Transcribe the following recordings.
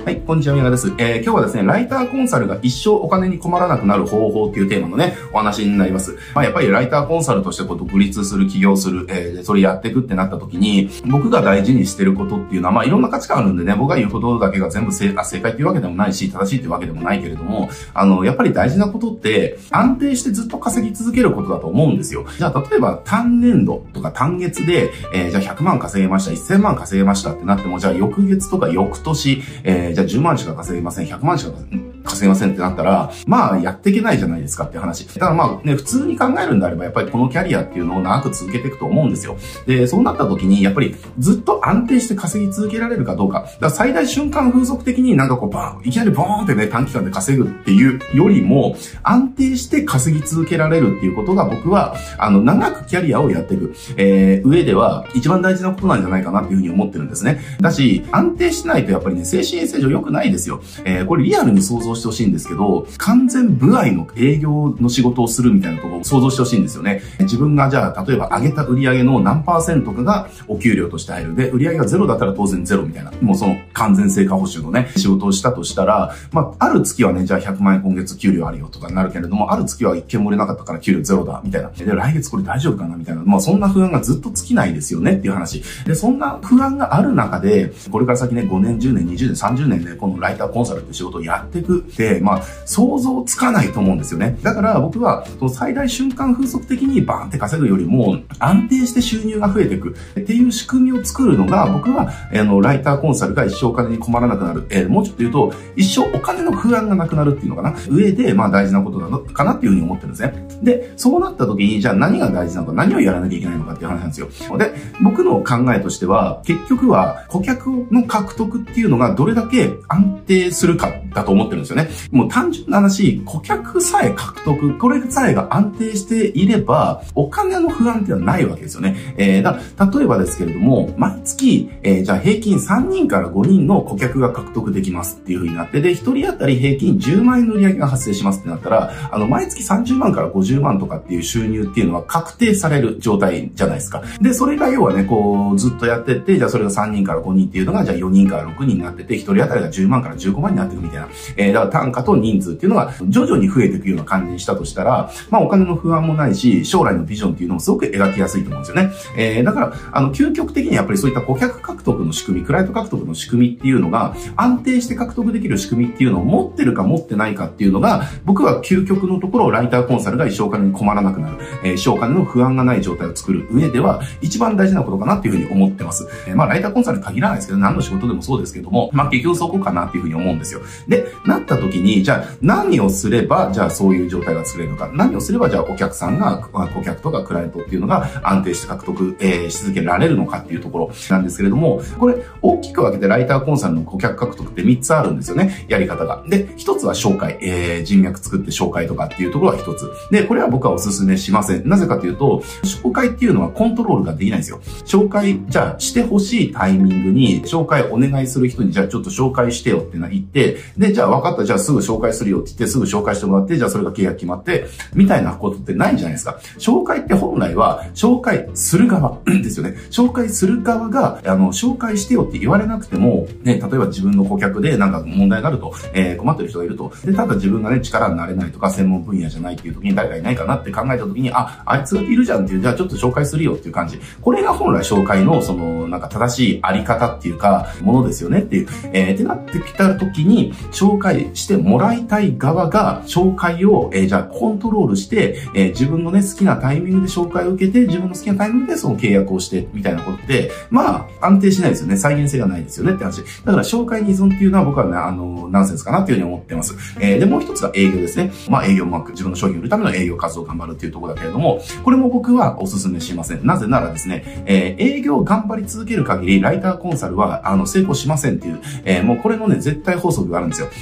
はい、こんにちは、宮川です。今日はですね、ライターコンサルが一生お金に困らなくなる方法っていうテーマのね、お話になります。やっぱりライターコンサルとして独立する、起業する、それやっていくってなった時に、僕が大事にしてることっていうのは、いろんな価値観あるんでね、僕が言うことだけが全部正解っていうわけでもないし、正しいっていうわけでもないけれども、やっぱり大事なことって、安定してずっと稼ぎ続けることだと思うんですよ。じゃあ、例えば単年度とか単月で、じゃあ100万稼げました、1000万稼げましたってなっても、じゃあ翌月とか翌年、じゃあ10万しか稼げません、100万しか稼げませんってなったら、やっていけないじゃないですかっていう話。だからね、普通に考えるんであれば、やっぱりこのキャリアっていうのを長く続けていくと思うんですよ。で、そうなった時に、やっぱりずっと安定して稼ぎ続けられるかどうか。だから最大瞬間風速的にいきなりボーンってね、短期間で稼ぐっていうよりも、安定して稼ぎ続けられるっていうことが僕は、長くキャリアをやっていく、上では一番大事なことなんじゃないかなっていうふうに思ってるんですね。だし、安定しないとやっぱりね、精神衛生上良くないですよ。これリアルに想像してほしいんですけど、完全不合の営業の仕事をするみたいなところを想像してほしいんですよね。自分がじゃあ、例えば上げた売り上げの何%かがお給料として入る。で、売り上げがゼロだったら当然ゼロみたいな。もうその完全成果報酬のね、仕事をしたとしたら、ある月はね、じゃあ100万円今月給料あるよとかになるけれども、ある月は一件も売れなかったから給料ゼロだ、みたいな。で、来月これ大丈夫かなみたいな。そんな不安がずっと尽きないですよねっていう話。で、そんな不安がある中で、これから先ね、5年、10年、20年、30年でこのライターコンサルって仕事をやっていくって、想像つかないと思うんですよね。だから僕は、最大瞬間風速的にバーンって稼ぐよりも、安定して収入が増えていくっていう仕組みを作るのが、僕は、ライターコンサルが一生お金に困らなくなる。もうちょっと言うと、一生お金の不安がなくなるっていうのかな。上で、大事なことなのかなっていうふうに思ってるんですね。で、そうなった時に、じゃあ何が大事なのか、何をやらなきゃいけないのかっていう話なんですよ。で、僕の考えとしては、結局は、顧客の獲得っていうのがどれだけ安定するかだと思ってるんですよね。もう単純な話、顧客さえ獲得、これさえが安定していれば、お金の不安っていうのはないわけですよね。例えばですけれども、毎月、じゃあ平均3人から5人の顧客が獲得できますっていう風になって、で、1人当たり平均10万円の売り上げが発生しますってなったら、毎月30万から50万とかっていう収入っていうのは確定される状態じゃないですか。で、それが要はね、ずっとやってって、じゃあそれが3人から5人っていうのが、じゃあ4人から6人になってて、1人当たりが10万から15万になっていくみたいな。だから単価と人数っていうのが徐々に増えていくような感じにしたとしたら、お金の不安もないし、将来のビジョンっていうのもすごく描きやすいと思うんですよね。だから、究極的にやっぱりそういった顧客獲得の仕組み、クライアント獲得の仕組みっていうのが、安定して獲得できる仕組みっていうのを持ってるか持ってないかっていうのが、僕は究極のところ、ライターコンサルが一生お金に困らなくなる、一生お金の不安がない状態を作る上では、一番大事なことかなっていうふうに思ってます。ライターコンサルに限らないですけど、何の仕事でもそうですけども、結局そこかなっていうふうに思うんですよ。で、なった時に、じゃあ何をすれば、じゃあそういう状態が作れるのか。何をすれば、じゃあお客さんが、顧客とかクライアントっていうのが安定して獲得、し続けられるのかっていうところなんですけれども、これ大きく分けてライターコンサルの顧客獲得って3つあるんですよね。やり方が。で、1つは紹介、人脈作って紹介とかっていうところが1つ。で、これは僕はお勧めしません。なぜかというと、紹介っていうのはコントロールができないんですよ。紹介、じゃあしてほしいタイミングに紹介お願いする人に、じゃあちょっと紹介してよって言って、で、じゃあ分かった、じゃあすぐ紹介するよって言って、すぐ紹介してもらって、じゃあそれが契約決まって、みたいなことってないじゃないですか。紹介って本来は、紹介する側ですよね。紹介する側が、紹介してよって言われなくても、ね、例えば自分の顧客でなんか問題があると、困ってる人がいると、で、ただ自分がね、力になれないとか、専門分野じゃないっていう時に誰かいないかなって考えた時に、あいつがいるじゃんっていう、じゃあちょっと紹介するよっていう感じ。これが本来紹介の、なんか正しいあり方っていうか、ものですよねっていう、ってなってきた時に、紹介してもらいたい側が、紹介を、じゃあコントロールして、自分のね、好きなタイミングで紹介を受けて、自分の好きなタイミングでその契約をして、みたいなことって、安定しないですよね。再現性がないですよねって話。だから紹介に依存っていうのは僕はね、ナンセンスかなっていうふうに思ってます。で、もう一つが営業ですね。営業も自分の商品を売るための営業活動を頑張るっていうところだけれども、これも僕はお勧めしません。なぜならですね、営業を頑張り続ける限り、ライターコンサルは、成功しませんっていう、もうこれのね、絶対法則があるんですよ。ちょっと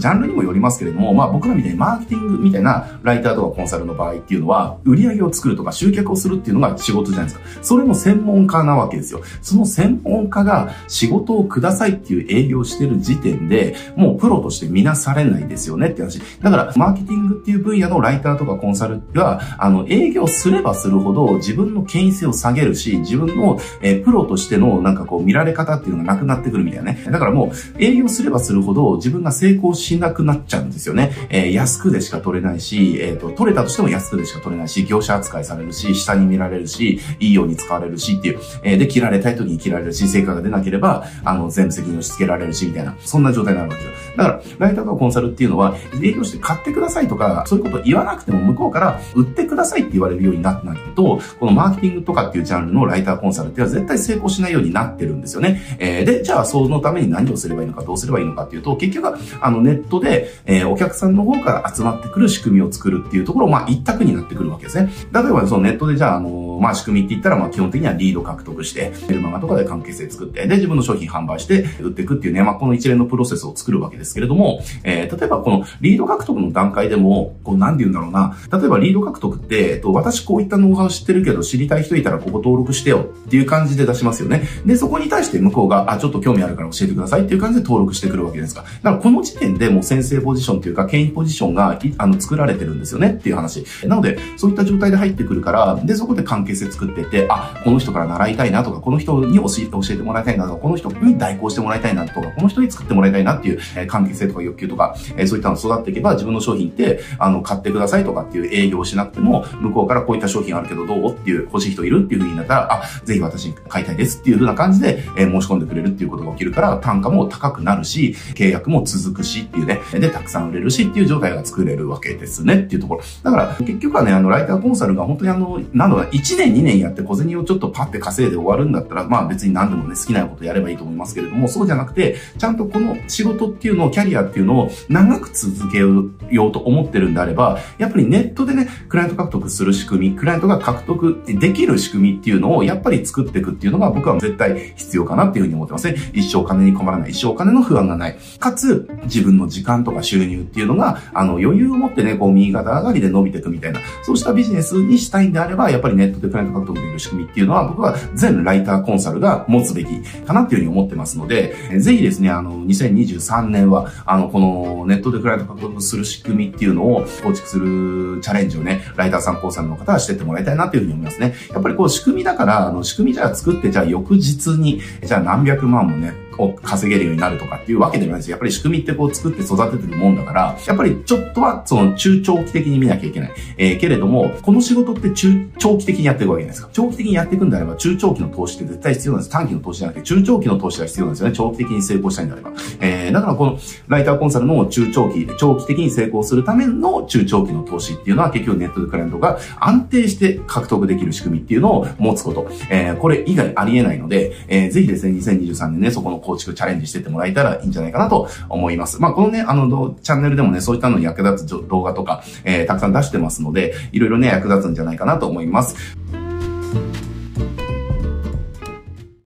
ジャンルにもよりますけれども、僕らみたいにマーケティングみたいなライターとかコンサルの場合っていうのは、売り上げを作るとか集客をするっていうのが仕事じゃないですか。それの専門家なわけですよ。その専門家が仕事をくださいっていう営業してる時点で、もうプロとして見なされないですよねって話。だから、マーケティングっていう分野のライターとかコンサルが、営業すればするほど自分の権威性を下げるし、自分の、プロとしての見られ方っていうのがなくなってくるみたいなね。だからもう、営業すればするほど自分が成功しなくなっちゃうんですよね。安くでしか取れないし、取れたとしても安くでしか取れないし、業者扱いされるし、下に見られるし、いいように使われるしっていう、で、切られたい時に切られるし、成果が出なければ、全部責任を押し付けられるし、みたいな、そんな状態になるわけですよ。だから、ライターとかコンサルっていうのは、営業して買ってくださいとか、そういうことを言わなくても向こうから売ってくださいって言われるようになってないと、このマーケティングとかっていうジャンルのライターコンサルっていうのは絶対成功しないようになってるんですよね。で、じゃあそのために何をすればいいのか、どうすればいいのかっていうと、結局は、ネットで、お客さんの方から集まってくる仕組みを作るっていうところ、一択になってくるわけですね。例えば、そのネットでじゃあ、仕組みって言ったら、基本的にはリード獲得して、メルマガとかで関係性作って、で、自分の商品販売して売っていくっていうね、この一連のプロセスを作るわけですけれども、例えばこのリード獲得の段階でも、なんて言うんだろうな。例えばリード獲得って、私こういったノウハウ知ってるけど知りたい人いたらここ登録してよっていう感じで出しますよね。で、そこに対して向こうが、ちょっと興味あるから教えてくださいっていう感じで登録してくるわけですから。だからこの時点でもう先生ポジションというか、権威ポジションが、作られてるんですよねっていう話。なので、そういった状態で入ってくるから、で、そこで関係性作ってって、この人から習いたいなとか、この人に教えてもらいたいなとか、この人に代行してもらいたいなとか、この人に作ってもらいたいなっていう、関係性とか欲求とか、そういったのを育っていけば、自分の商品って、買ってくださいとかっていう営業をしなくても、向こうからこういった商品あるけどどうっていう、欲しい人いるっていう風になったら、ぜひ私に買いたいですっていう風な感じで、申し込んでくれるっていうことが起きるから、単価も高くなるし、契約も続くしっていうね、で、たくさん売れるしっていう状態が作れるわけですねっていうところ。だから、結局はね、ライターコンサルが本当に1年2年やって小銭をちょっとパッて稼いで終わるんだったら、別に何でもね、好きなことやればいいと思いますけれども、そうじゃなくて、ちゃんとこの仕事っていうのを、キャリアっていうのを長く続けようと思ってるんであれば、やっぱりネットでね、クライアント獲得する仕組み、クライアントが獲得できる仕組みっていうのをやっぱり作っていくっていうのが僕は絶対必要かなっていうふうに思ってますね。一生お金に困らない、一生お金の不安がない。かつ、自分の時間とか収入っていうのが、余裕を持ってね、右肩上がりで伸びていくみたいな、そうしたビジネスにしたいんであれば、やっぱりネットでクライアント獲得できる仕組みっていうのは、僕は全ライターコンサルが持つべきかなっていうふうに思ってますので、ぜひですね、2023年は、このネットでクライアント獲得する仕組みっていうのを構築するチャレンジをね、ライターさんコンサルの方はしてってもらいたいなっていうふうに思いますね。やっぱり仕組みだから、仕組みじゃあ作って、じゃあ翌日に、じゃあ何百万もね、を稼げるようになるとかっていうわけでもないです。やっぱり仕組みって作って育ててるもんだから、やっぱりちょっとは中長期的に見なきゃいけない。けれども、この仕事って長期的にやっていくわけじゃないですか。長期的にやっていくんであれば、中長期の投資って絶対必要なんです。短期の投資じゃなくて、中長期の投資が必要なんですよね。長期的に成功したいんであれば。だからこのライターコンサルの長期的に成功するための中長期の投資っていうのは結局ネットでクライアントが安定して獲得できる仕組みっていうのを持つこと。これ以外ありえないので、ぜひですね、2023年ね、そこの構築チャレンジしてってもらえたらいいんじゃないかなと思います。このね、チャンネルでもね、そういったのに役立つ動画とか、たくさん出してますので、いろいろね、役立つんじゃないかなと思います。